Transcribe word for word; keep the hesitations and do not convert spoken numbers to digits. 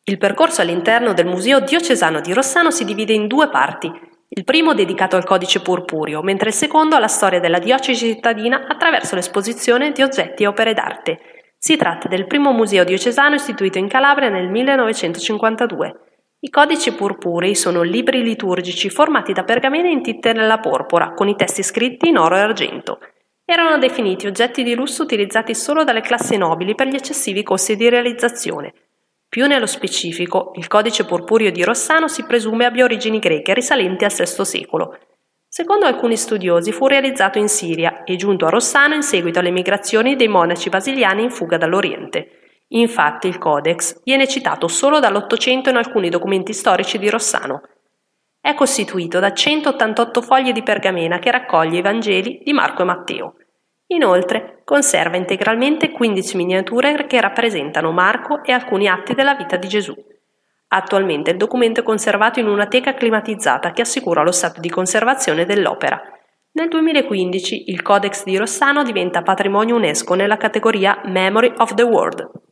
Il percorso all'interno del Museo Diocesano di Rossano si divide in due parti. Il primo dedicato al codice purpureo, mentre il secondo alla storia della diocesi cittadina attraverso l'esposizione di oggetti e opere d'arte. Si tratta del primo museo diocesano istituito in Calabria nel millenovecentocinquantadue. I codici purpurei sono libri liturgici formati da pergamene intinte nella porpora, con i testi scritti in oro e argento. Erano definiti oggetti di lusso utilizzati solo dalle classi nobili per gli eccessivi costi di realizzazione. Più nello specifico, il codice purpureo di Rossano si presume abbia origini greche risalenti al sesto secolo. Secondo alcuni studiosi fu realizzato in Siria e giunto a Rossano in seguito alle migrazioni dei monaci basiliani in fuga dall'Oriente. Infatti il Codex viene citato solo dall'Ottocento in alcuni documenti storici di Rossano. È costituito da centottantotto fogli di pergamena che raccoglie i Vangeli di Marco e Matteo. Inoltre, conserva integralmente quindici miniature che rappresentano Marco e alcuni atti della vita di Gesù. Attualmente il documento è conservato in una teca climatizzata che assicura lo stato di conservazione dell'opera. Nel duemilaquindici il Codex di Rossano diventa patrimonio UNESCO nella categoria Memory of the World.